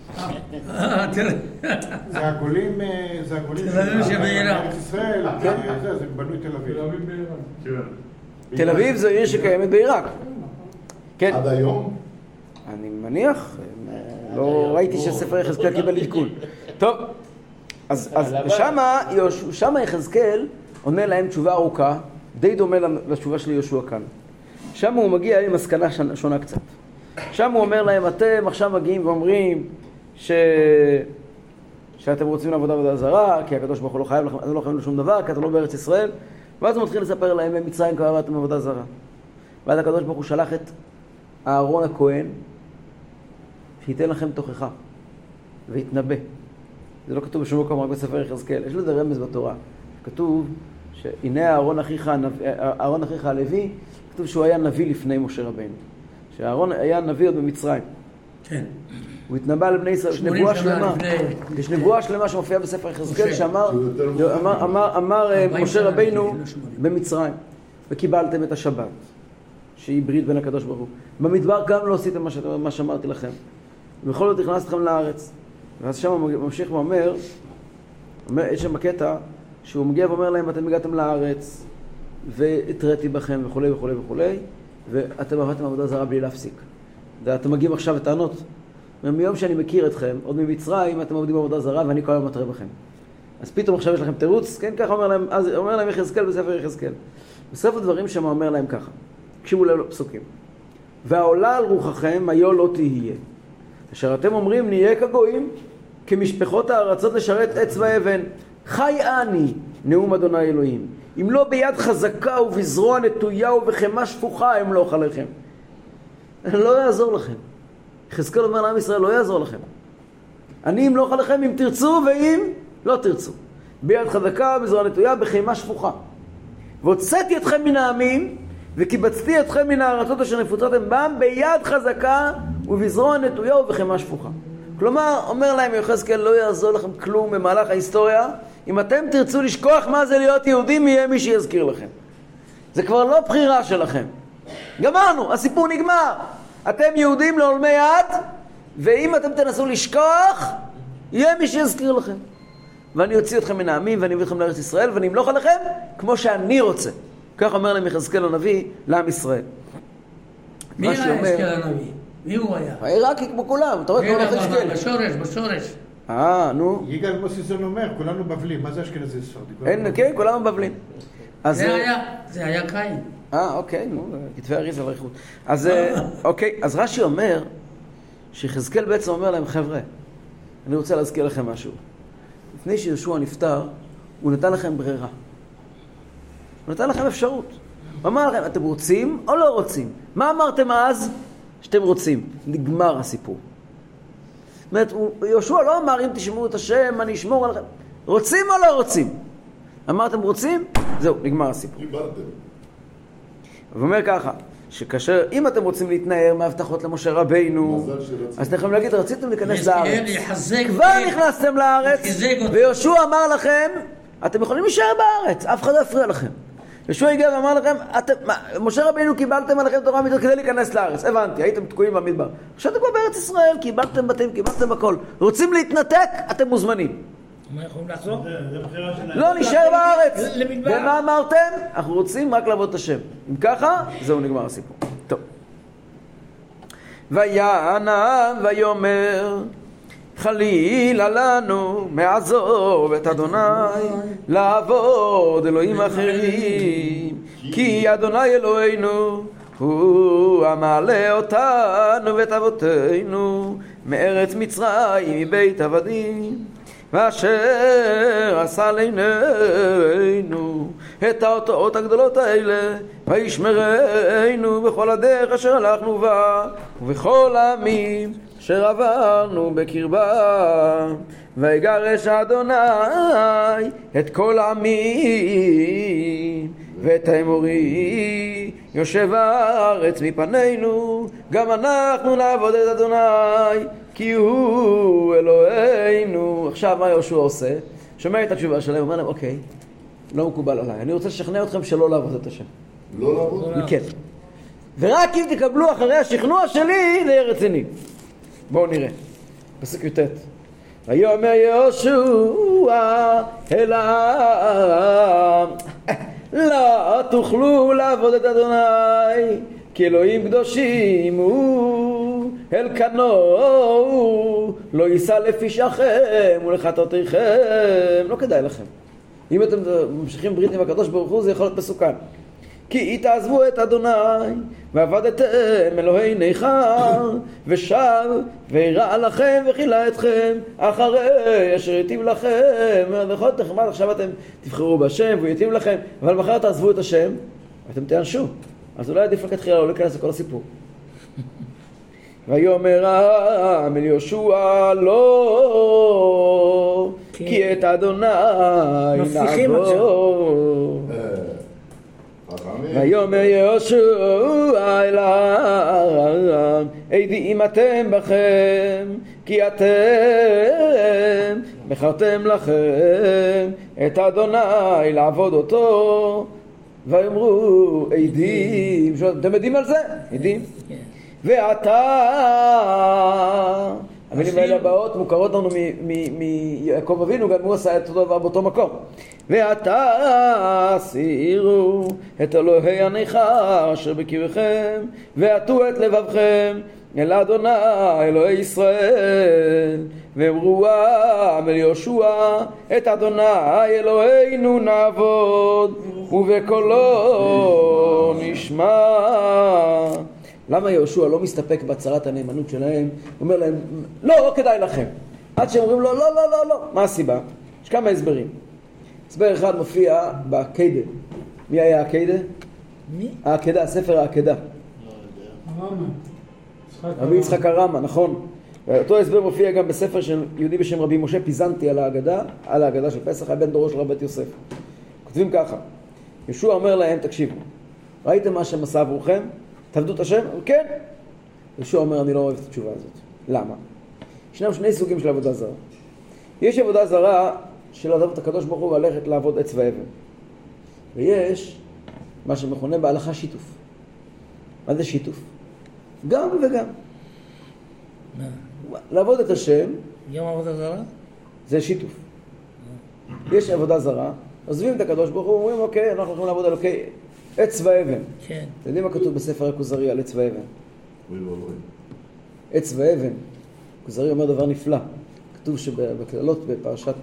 זה הגולים, זה הגולים תל אביב שבעיראק. ארץ ישראל, זה בנוי תל אביב. תל אביב זו עיר שקיימת בעיראק. כן. עד היום? אני מניח, לא ראיתי שהספר יחזקאל קיבל עדכון. טוב, אז שמה, שמה יחזקאל עונה להם תשובה ארוכה, די דומה לתשובה של יהושע כאן. שם הוא מגיע עם מסקנה שונה קצת. שם הוא אומר להם, אתם עכשיו מגיעים ואומרים ש... שאתם רוצים לעבוד עבודה זרה, כי הקדוש ברוך הוא לא חייב לכם, אתם לא חייבים לשום דבר, כי אתם לא בארץ ישראל. ואז הוא מתחיל לספר להם, במצרים כבר עבדתם עבודה זרה. ואז הקדוש ברוך הוא שלח את אהרון הכהן, שייתן לכם תוכחה. והתנבא. זה לא כתוב בשום מקום, רק בספר יחזקאל. יש לזה רמז בתורה. כתוב שהנה אהרון אחיך, אהרון אחיך הלוי, כתוב שהוא היה נביא לפני משה רבינו. שאהרון היה נביא עוד במצרים. כן. הוא התנבא לבני ישראל, יש נבואה שלמה. יש נבואה שלמה שמופיעה בספר יחזקאל, שאמר, אמר, אמר, אמר משה רבינו במצרים, וקיבלתם את השבת, שהיא ברית בין הקדוש ברוך הוא. במדבר גם לא עשיתם מה שאמרתי לכם. ובכל זאת הכנסתכם לארץ. ואז שם הוא ממשיך ואומר, יש שם קטע, שהוא מגיע ואומר להם, אתם הגעתם לארץ, והתראיתי בכם וכו' וכו' וכו', ואתם עבדתם עבודה זרה בלי להפסיק. ואתם מגיעים עכשיו לטענות. מיום שאני מכיר אתכם, עוד ממצרים, אתם עובדים בעבודה זרה, ואני כל היום מתרה בכם. אז פתאום עכשיו יש לכם תירוץ, כן, ככה אומר להם, אז אומר להם יחזקאל בספר יחזקאל. בספר דברים שם אומר להם ככה, תקשיבו לפסוקים. והעולה על רוחכם, היו לא תהיה. אשר אתם אומרים, נהיה כגויים, כמשפחות הארצות לשרת עץ ואבן. חי אני, נאום אדוני אלוהים. אם לא ביד חזקה ובזרוע נטויה ובחמה שפוכה, אמלוך עליכם. לא יעזור לכם. יחזקאל אומר לעם ישראל, לא יעזור לכם. אני אמלוך עליכם אם תרצו ואם לא תרצו. ביד חזקה, בזרוע נטויה, בחמה שפוכה. והוצאתי אתכם מן העמים, וקיבצתי אתכם מן הארצות אשר נפוצותם בם, ביד חזקה ובזרוע נטויה ובחמה שפוכה. כלומר, אומר להם יחזקאל, לא יעזור לכם כלום במהלך ההיסטוריה, אם אתם תרצו לשכוח מה זה להיות יהודים, יהיה מי שיזכיר לכם. זה כבר לא בחירה שלכם. גמרנו, הסיפור נגמר. אתם יהודים לעולמי עד, ואם אתם תנסו לשכוח, יהיה מי שיזכיר לכם. ואני אוציא אתכם מן העמים, ואני אביא אתכם לארץ ישראל, ואני אמלוך עליכם כמו שאני רוצה. כך אומר להם יחזקאל הנביא לעם ישראל. מי היה יחזקאל הנביא? מי הוא היה? העיראקי כמו כולם, אתה רואה כמו יחזקאל. בשורש, בשורש. אה, נו. יגאל מוסיסון אומר, כולנו בבלים. מה זה אשכנזי ספרדי? אין, כן, כולנו בבלים. זה היה, זה היה קין. אה, אוקיי, נו, כתבי אריזה ואריכות. אז, אוקיי, אז רש"י אומר, שיחזקאל בעצם אומר להם, חבר'ה, אני רוצה להזכיר לכם משהו. לפני שיהושע נפטר, הוא נתן לכם ברירה. הוא נתן לכם אפשרות. הוא אמר לכם, אתם רוצים או לא רוצים? מה אמרתם אז? שאתם רוצים. נגמר הסיפור. זאת אומרת, יהושע לא אמר, אם תשמעו את השם, אני אשמור עליכם. רוצים או לא רוצים? אמרתם רוצים? זהו, נגמר הסיפור. קיבלתם. הוא אומר ככה, שכאשר, אם אתם רוצים להתנער מהבטחות למשה רבינו, אז אתם יכולים להגיד, רציתם להיכנס לארץ. כבר נכנסתם לארץ, ויהושע אמר לכם, אתם יכולים להישאר בארץ, אף אחד לא יפריע לכם. יהושע הגיע ואמר לכם, משה רבינו קיבלתם עליכם תורה מדבר כדי להיכנס לארץ. הבנתי, הייתם תקועים במדבר. עכשיו אתם כבר בארץ ישראל, קיבלתם בתים, קיבלתם הכל. רוצים להתנתק, אתם מוזמנים. מה יכולים לחזור? לא, נשאר בארץ. ומה אמרתם? אנחנו רוצים רק לעבוד את השם. אם ככה, זהו נגמר הסיפור. טוב. ויען ויאמר, חלילה לנו מעזוב את אדוני לעבוד אלוהים אחרים, כי אדוני אלוהינו הוא המעלה אותנו ואת אבותינו מארץ מצרים מבית עבדים, ואשר עשה עלינו את האותות הגדולות האלה, וישמרנו בכל הדרך אשר הלכנו בה ובכל העמים אשר עברנו בקרבה, ויגרש אדוני את כל העמים ואת האמורי יושב הארץ מפנינו, גם אנחנו נעבוד את אדוני כי הוא אלוהינו. עכשיו מה יהושע עושה? שומע את התשובה שלהם, אומר להם, אוקיי, לא מקובל עליי, אני רוצה לשכנע אתכם שלא לעבוד את השם. לא לעבוד? כן. ורק אם תקבלו אחרי השכנוע שלי, זה יהיה רציני. בואו נראה. פסוק י"ט. ויאמר יהושע אל העם, לא תוכלו לעבוד את אדוני, כי אלוהים קדושים הוא, אל כנו לא יישא לפשעכם ולחטאותיכם. לא כדאי לכם. אם אתם ממשיכים ברית עם הקדוש ברוך הוא, זה יכול להיות מסוכן. כי תעזבו את אדוני ועבדתם אלוהי ניכר, ושב וירע לכם וכילה אתכם אחרי אשר יטיב לכם. נכון, נחמד, עכשיו אתם תבחרו בשם והוא יטיב לכם, אבל מחר תעזבו את השם ואתם תיענשו. אז אולי עדיף לכתחילה לא להיכנס לכל הסיפור. ויאמר העם אל יהושע לא, כי את אדוני נעבוד. ויאמר יהושע אל העם עדים אתם בכם, כי אתם בחרתם לכם את אדוני לעבוד אותו. ואמרו עדים, אתם יודעים על זה? עדים. ואתה, המילים האלה הבאות מוכרות לנו מיעקב אבינו, גם הוא עשה את אותו דבר באותו מקום. ואתה סירו את אלוהי הנכר אשר בקרבכם, ועטו את לבבכם אל אדוני אלוהי ישראל. ואמרו העם אל יהושע את אדוני אלוהינו נעבוד, ובקולו נשמע. למה יהושע לא מסתפק בהצהרת הנאמנות שלהם? הוא אומר להם, לא, לא כדאי לכם. עד שהם אומרים לו, לא, לא, לא, לא. מה הסיבה? יש כמה הסברים. הסבר אחד מופיע בעקדה. מי היה העקדה? מי? העקדה, ספר העקדה. רבי יצחק הרמא, נכון. אותו הסבר מופיע גם בספר של יהודי בשם רבי משה פיזנטי על ההגדה, על ההגדה של פסח, הבן דורו של רבי יוסף. כותבים ככה, יהושע אומר להם, תקשיבו, ראיתם מה השם עשה עבורכם? תעבדו את השם? כן. יהושע אומר, אני לא אוהב את התשובה הזאת. למה? ישנם שני סוגים של עבודה זרה. יש עבודה זרה של לעבוד את הקדוש ברוך הוא והלכת לעבוד עץ ואבן. ויש מה שמכונה בהלכה שיתוף. מה זה שיתוף? גם וגם. לעבוד את השם, גם עבודה זרה? זה שיתוף. יש עבודה זרה, עוזבים את הקדוש ברוך הוא, אומרים, אוקיי, אנחנו הולכים לעבוד על אוקיי, עץ ואבן. כן. אתם יודעים מה כתוב בספר הכוזרי על עץ ואבן? עץ ואבן. הכוזרי אומר דבר נפלא. כתוב שבכללות בפרשת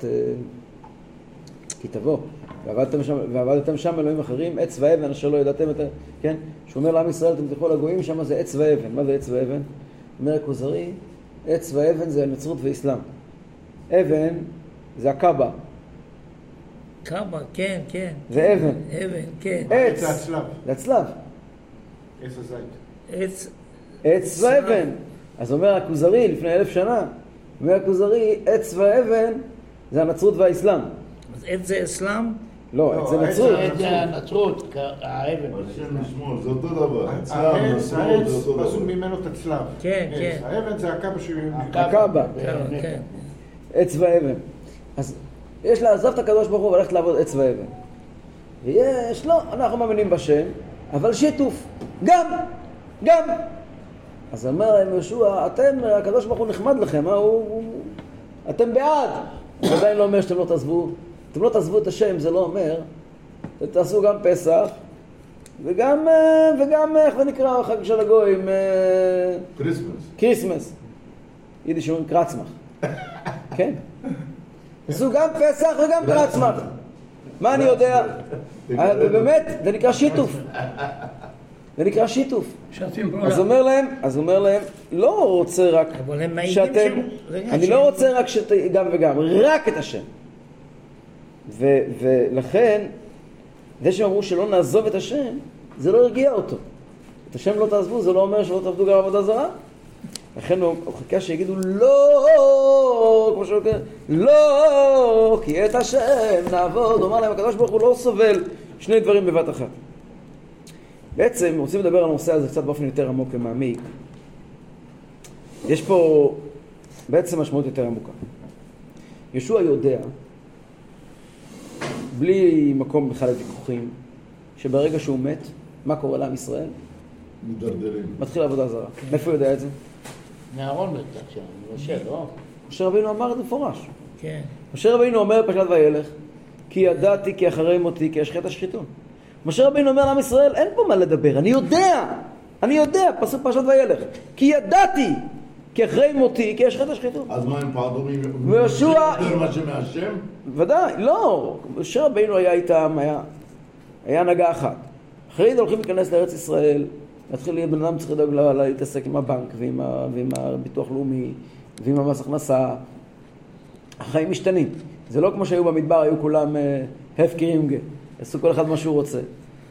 כי תבוא, ועבדתם שם, ועבדתם שם אלוהים אחרים, עץ ואבן אשר לא ידעתם את... כן? שהוא אומר לעם ישראל, אתם תלכו לגויים, שם זה עץ ואבן. מה זה עץ ואבן? אומר הכוזרי, עץ ואבן זה נצרות ואסלאם. אבן זה הקאבה. קאבה, כן, כן. זה אבן. אבן, כן. עץ. זה הצלב. זה הצלב. עץ הזית. עץ... עץ ואבן. אז אומר הכוזרי לפני אלף שנה, אומר הכוזרי, עץ ואבן זה הנצרות והאסלאם. אז עץ זה אסלאם? לא, עץ זה נצרות. עץ זה הנצרות, האבן. השם משמור, זה אותו דבר. העץ, נצרות, העץ, זה אותו דבר. עשו ממנו את הצלב. כן, עץ. כן. האבן זה הקאבה ש... הקאבה. כן, כן. עץ ואבן. אז יש לעזוב את הקדוש ברוך הוא וללכת לעבוד עץ ואבן. ויש, לא, אנחנו מאמינים בשם, אבל שיתוף. גם, גם. אז אומר להם יהושע, אתם, הקדוש ברוך הוא נחמד לכם, אה? הוא, הוא, אתם בעד. הוא עדיין לא אומר שאתם לא תעזבו. אתם לא תעזבו את השם, זה לא אומר. אתם תעשו גם פסח, וגם, וגם, איך זה נקרא, חג של הגויים? קריסמס. קריסמס. יידיש אומרים קרצמח. כן. תעשו גם פסח וגם קרצמח. מה אני יודע? באמת, זה נקרא שיתוף. זה נקרא שיתוף. אז אומר להם, אז אומר להם, לא רוצה רק שאתם, אני לא רוצה רק גם וגם, רק את השם. ולכן, זה שהם אמרו שלא נעזוב את השם, זה לא הרגיע אותו. את השם לא תעזבו, זה לא אומר שלא תעבדו גם עבודה זרה. לכן הוא חכה שיגידו לא, כמו שהוא אומר, לא, כי את השם נעבוד. הוא אמר להם, הקדוש ברוך הוא לא סובל שני דברים בבת אחת. בעצם, רוצים לדבר על הנושא הזה קצת באופן יותר עמוק ומעמיק. יש פה בעצם משמעות יותר עמוקה. יהושע יודע, בלי מקום בכלל לוויכוחים, שברגע שהוא מת, מה קורה לעם ישראל? מדרדרים. מתחיל עבודה זרה. מאיפה הוא יודע את זה? מהארון בטח שם, משה, לא? משה רבינו אמר את זה מפורש. כן. משה רבינו אומר פרשת וילך, כי ידעתי כי אחרי מותי כי אשחט השחיתות. משה רבינו אומר לעם ישראל, אין פה מה לדבר, אני יודע, אני יודע, פסוק פרשת וילך, כי ידעתי כי אחרי מותי כי אשחט השחיתות. אז מה הם פעדו ויהושע... יותר מה שמהשם? ודאי, לא, משה רבינו היה איתם, היה, היה הנהגה אחת. אחרי זה הולכים להיכנס לארץ ישראל, להתחיל, בן אדם צריך לדאוג להתעסק עם הבנק ועם, ה, ועם הביטוח לאומי ועם המס הכנסה. החיים משתנים. זה לא כמו שהיו במדבר, היו כולם הפקרים, עשו כל אחד מה שהוא רוצה.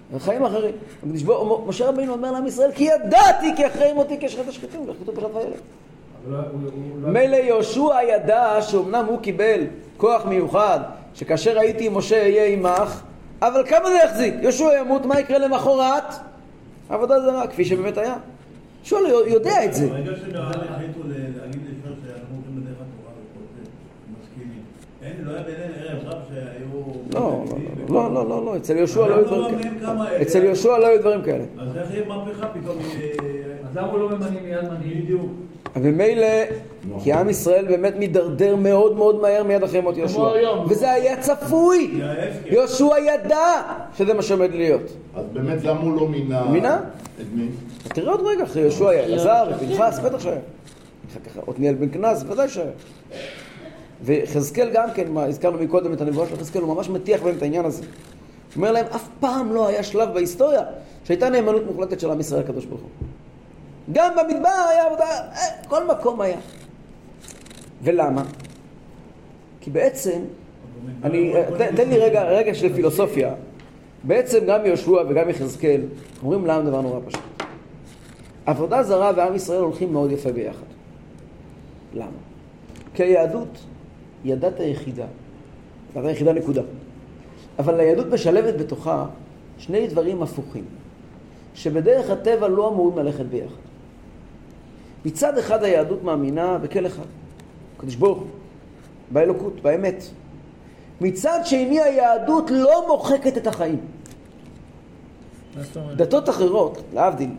חיים אחרים. משה רבינו אומר לעם ישראל, כי ידעתי כי אחרי מותי כשחט השחיטים, וכתוב פרשת וילך. מילא יהושע ידע שאומנם הוא קיבל כוח מיוחד, שכאשר הייתי עם משה אהיה עמך, אבל כמה זה יחזיק? יהושע ימות, מה יקרה למחרת? עבודה זרה, כפי שבאמת היה. יהושע יודע את זה. ברגע שבעל החליטו להגיד לשאול שאנחנו הולכים בדרך התורה וכל זה, מסכימים. אין, לא היה ביניהם ערב רב שהיו... לא, לא, לא, לא, לא, אצל יהושע לא היו דברים כאלה. אצל יהושע לא היו דברים כאלה. אז איך יהיה מהפכה פתאום? אז למה הוא לא ממנים מיד מנהיג? בדיוק. ומילא, כי עם ישראל באמת מדרדר מאוד מאוד מהר מיד אחרי מות יהושע. וזה היה צפוי. יהושע ידע שזה מה שעומד להיות. אז באמת למה הוא לא מינה? מינה? את מי? תראה עוד רגע, אחרי יהושע היה אלעזר, פנחס, בטח שהיה. אחר כך עתניאל בן כנז, ודאי שהיה. וחזקאל גם כן, מה, הזכרנו מקודם את הנבואה של חזקאל, הוא ממש מטיח בהם את העניין הזה. הוא אומר להם, אף פעם לא היה שלב בהיסטוריה שהייתה נאמנות מוחלטת של עם ישראל הקדוש ברוך הוא. גם במדבר היה עבודה, כל מקום היה. ולמה? כי בעצם, אני, תן, תן לי רגע, רגע של פילוסופיה. בעצם גם יהושע וגם יחזקאל אומרים להם דבר נורא פשוט. עבודה זרה ועם ישראל הולכים מאוד יפה ביחד. למה? כי היהדות היא הדת היחידה. הדת היחידה נקודה. אבל היהדות משלבת בתוכה שני דברים הפוכים, שבדרך הטבע לא אמורים ללכת ביחד. מצד אחד היהדות מאמינה בכל אחד, קדוש ברוך הוא, באלוקות, באמת. מצד שני היהדות לא מוחקת את החיים. דתות אחרות, להבדיל,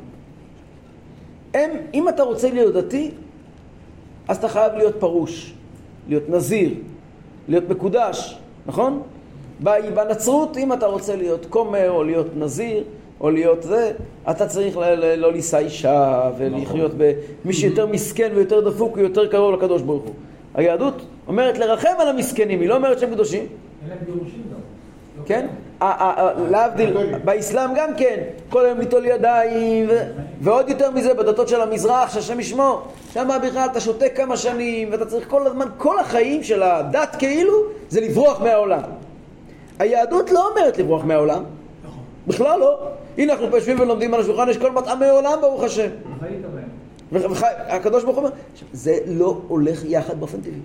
הם, אם אתה רוצה להיות דתי, אז אתה חייב להיות פרוש, להיות נזיר, להיות מקודש, נכון? בנצרות, אם אתה רוצה להיות כומר או להיות נזיר או להיות זה, אתה צריך ל- ל- לא לישא אישה ולחיות במי שיותר מסכן ויותר דפוק ויותר קרוב לקדוש ברוך הוא. היהדות אומרת לרחם על המסכנים, היא לא אומרת שהם קדושים. אין להם גירושים גם. כן? להבדיל, באסלאם גם כן, כל היום ליטול ידיים, ועוד יותר מזה בדתות של המזרח, שהשם ישמור, שם בכלל אתה שותה כמה שנים, ואתה צריך כל הזמן, כל החיים של הדת כאילו, זה לברוח מהעולם. היהדות לא אומרת לברוח מהעולם, בכלל לא. הנה אנחנו יושבים ולומדים על השולחן, יש כל מטעמי עולם ברוך השם. הקדוש ברוך הוא אומר, זה לא הולך יחד באופן טבעי.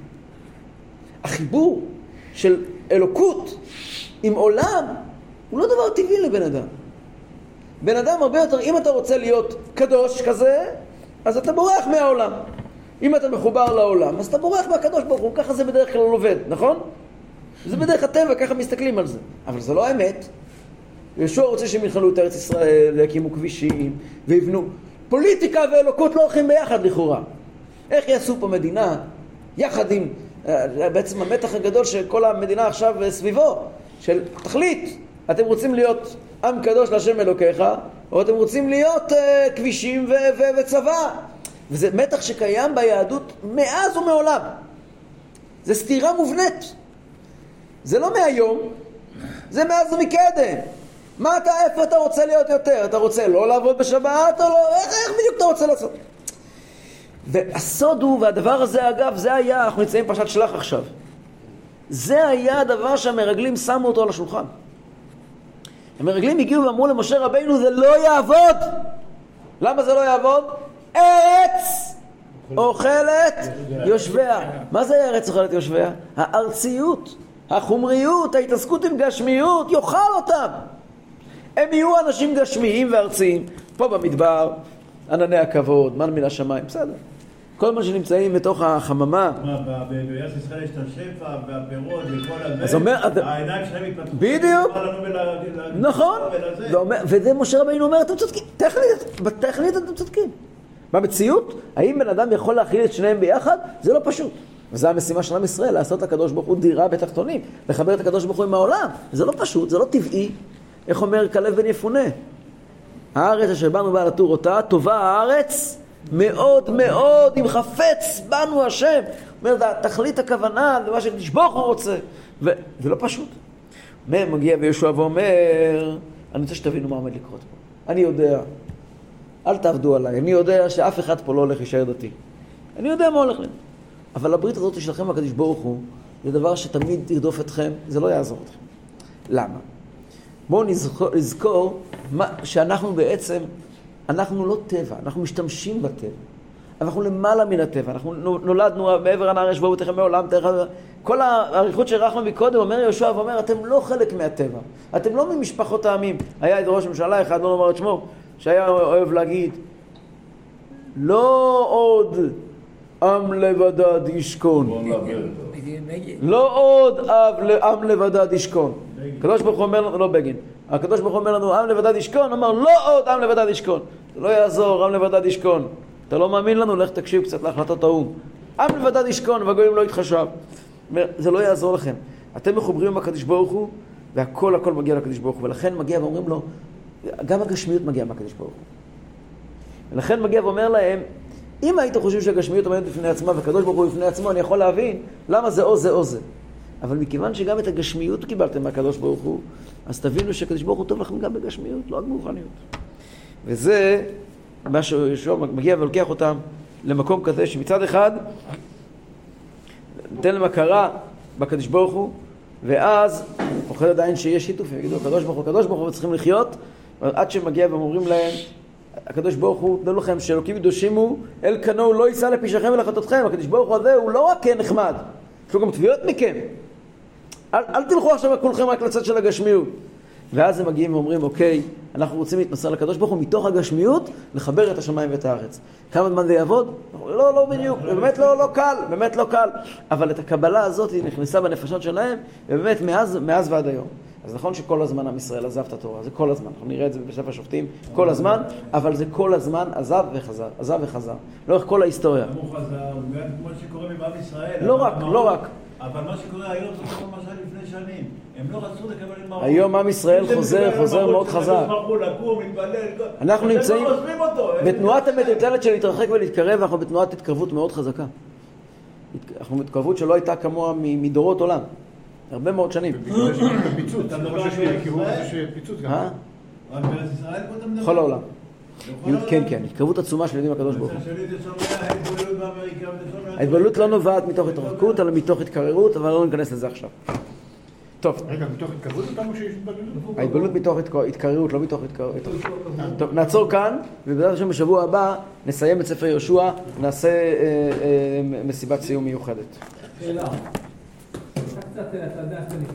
החיבור של אלוקות עם עולם הוא לא דבר טבעי לבן אדם. בן אדם הרבה יותר, אם אתה רוצה להיות קדוש כזה, אז אתה בורח מהעולם. אם אתה מחובר לעולם, אז אתה בורח מהקדוש ברוך הוא, ככה זה בדרך כלל עובד, נכון? זה בדרך הטבע, ככה מסתכלים על זה. אבל זה לא האמת. יהושע רוצה שהם ינחלו את ארץ ישראל, יקימו כבישים, ויבנו. פוליטיקה ואלוקות לא הולכים ביחד לכאורה. איך יעשו פה מדינה יחד עם, בעצם המתח הגדול שכל המדינה עכשיו סביבו, של תכלית, אתם רוצים להיות עם קדוש להשם אלוקיך, או אתם רוצים להיות uh, כבישים ו- ו- וצבא. וזה מתח שקיים ביהדות מאז ומעולם. זה סתירה מובנית. זה לא מהיום, זה מאז ומקדם. מה אתה, איפה אתה רוצה להיות יותר? אתה רוצה לא לעבוד בשבת או לא? איך, איך בדיוק אתה רוצה לעשות? והסוד הוא, והדבר הזה אגב, זה היה, אנחנו נמצאים פרשת שלח עכשיו. זה היה הדבר שהמרגלים שמו אותו על השולחן. המרגלים הגיעו ואמרו למשה רבינו, זה לא יעבוד. למה זה לא יעבוד? ארץ אוכלת יושביה. מה זה ארץ אוכלת יושביה? הארציות, החומריות, ההתעסקות עם גשמיות, יאכל אותם. הם יהיו אנשים גשמיים וארציים. פה במדבר, ענני הכבוד, מן מן השמיים, בסדר. כל מה שנמצאים בתוך החממה. מה, בארץ ישראל יש את השפע והפירות וכל הזה. אז אומר, העיניים שלהם התפתחו. בדיוק. נכון. וזה משה רבינו אומר, אתם צודקים. בטכנית אתם צודקים. במציאות, האם בן אדם יכול להכיל את שניהם ביחד? זה לא פשוט. וזו המשימה של עם ישראל, לעשות לקדוש ברוך הוא דירה בתחתונים, לחבר את הקדוש ברוך הוא עם העולם. זה לא פשוט, זה לא טבעי. איך אומר כלב בן יפונה? הארץ אשר באנו בה לתור אותה, טובה הארץ מאוד מאוד, אם חפץ בנו השם. אומר, תכלית הכוונה, זה מה שנשבוך הוא רוצה. וזה לא פשוט. מגיע ויהושע ואומר, אני רוצה שתבינו מה עומד לקרות פה. אני יודע, אל תעבדו עליי, אני יודע שאף אחד פה לא הולך להישאר דתי. אני יודע מה הולך להם. אבל הברית הזאת שלכם הקדוש ברוך הוא, זה דבר שתמיד ירדוף אתכם, זה לא יעזור אתכם. למה? בואו נזכור, נזכור מה, שאנחנו בעצם, אנחנו לא טבע, אנחנו משתמשים בטבע. אנחנו למעלה מן הטבע, אנחנו נולדנו מעבר הנהר יש בו תכם מעולם, תכם... כל העריכות שרחנו מקודם, אומר יהושע ואומר, אתם לא חלק מהטבע, אתם לא ממשפחות העמים. היה את ראש ממשלה אחד, לא נאמר את שמו, שהיה אוהב להגיד, לא עוד עם לבדד ישכון. לא עוד עם לבדד ישכון. הקדוש ברוך הוא אומר לנו, לא בגין, הקדוש ברוך הוא אומר לנו, עם לבדד ישכון, אמר, לא עוד עם לבדד ישכון. זה לא יעזור, עם לבדד ישכון. אתה לא מאמין לנו, לך תקשיב קצת להחלטות האו"ם. עם לבדד ישכון והגויים לא יתחשב. זה לא יעזור לכם. אתם מחוברים עם הקדוש ברוך הוא, והכל הכל מגיע לקדוש ברוך הוא, ולכן מגיע ואומרים לו, גם הגשמיות מגיעה מהקדוש ברוך הוא. ולכן מגיע ואומר להם, אם הייתם חושבים שהגשמיות עומדת בפני עצמה והקדוש ברוך הוא בפני עצמו, אני יכול להבין למה זה או זה או זה. אבל מכיוון שגם את הגשמיות קיבלתם מהקדוש ברוך הוא, אז תבינו שהקדוש ברוך הוא טוב לכם גם בגשמיות, לא רק ברוחניות. וזה מה שיהושע מגיע ולוקח אותם למקום כזה שמצד אחד נותן להם הכרה בקדוש ברוך הוא, ואז פוחד עדיין שיש שיתוף, ויגידו הקדוש ברוך הוא, הקדוש ברוך הוא צריכים לחיות, עד שמגיע והם אומרים להם, הקדוש ברוך הוא, תדעו לכם שאלוקים קדושים הוא, אל קנו לא יישא לפשעכם ולחטאותיכם. הקדוש ברוך הוא הזה הוא לא רק נחמד, יש לו גם תביעות מכם. אל, אל תלכו עכשיו כולכם רק לצד של הגשמיות. ואז הם מגיעים ואומרים, אוקיי, אנחנו רוצים להתמסר לקדוש ברוך הוא מתוך הגשמיות, לחבר את השמיים ואת הארץ. כמה זמן זה יעבוד? לא, לא בדיוק, באמת לא, לא קל, באמת לא קל. אבל את הקבלה הזאת היא נכנסה בנפשות שלהם, ובאמת מאז, מאז ועד היום. אז נכון שכל הזמן עם ישראל עזב את התורה, זה כל הזמן, אנחנו נראה את זה בספר שופטים, כל הזמן, אבל זה כל הזמן עזב וחזר, עזב וחזר, לאורך כל ההיסטוריה. הוא חזר, כמו שקורה עם עם ישראל. לא רק, לא רק. אבל מה שקורה היום זה כל מה שהיה לפני שנים. הם לא רצו לקבל עם מראות. היום עם ישראל חוזר, חוזר מאוד חזק. אנחנו נמצאים בתנועת המטוטלת של להתרחק ולהתקרב, אנחנו בתנועת התקרבות מאוד חזקה. אנחנו בתקרבות שלא הייתה כמוה מדורות עולם. הרבה מאוד שנים. פיצוץ, אתה מדבר על פיצוץ גם. אה? רק בארץ ישראל פה אתה מדבר? בכל העולם. כן, כן, התקרבות עצומה של יהודים הקדוש ברוך הוא. ההתבוללות לא נובעת מתוך התרחקות, אלא מתוך התקררות, אבל לא ניכנס לזה עכשיו. טוב. רגע, מתוך התקרבות אותנו שיש התבוללות? ההתבוללות מתוך התקררות, לא מתוך התקררות. טוב, נעצור כאן, ובעזרת השם בשבוע הבא נסיים את ספר יהושע, נעשה מסיבת סיום מיוחדת. שאלה. קצת, אתה יודע,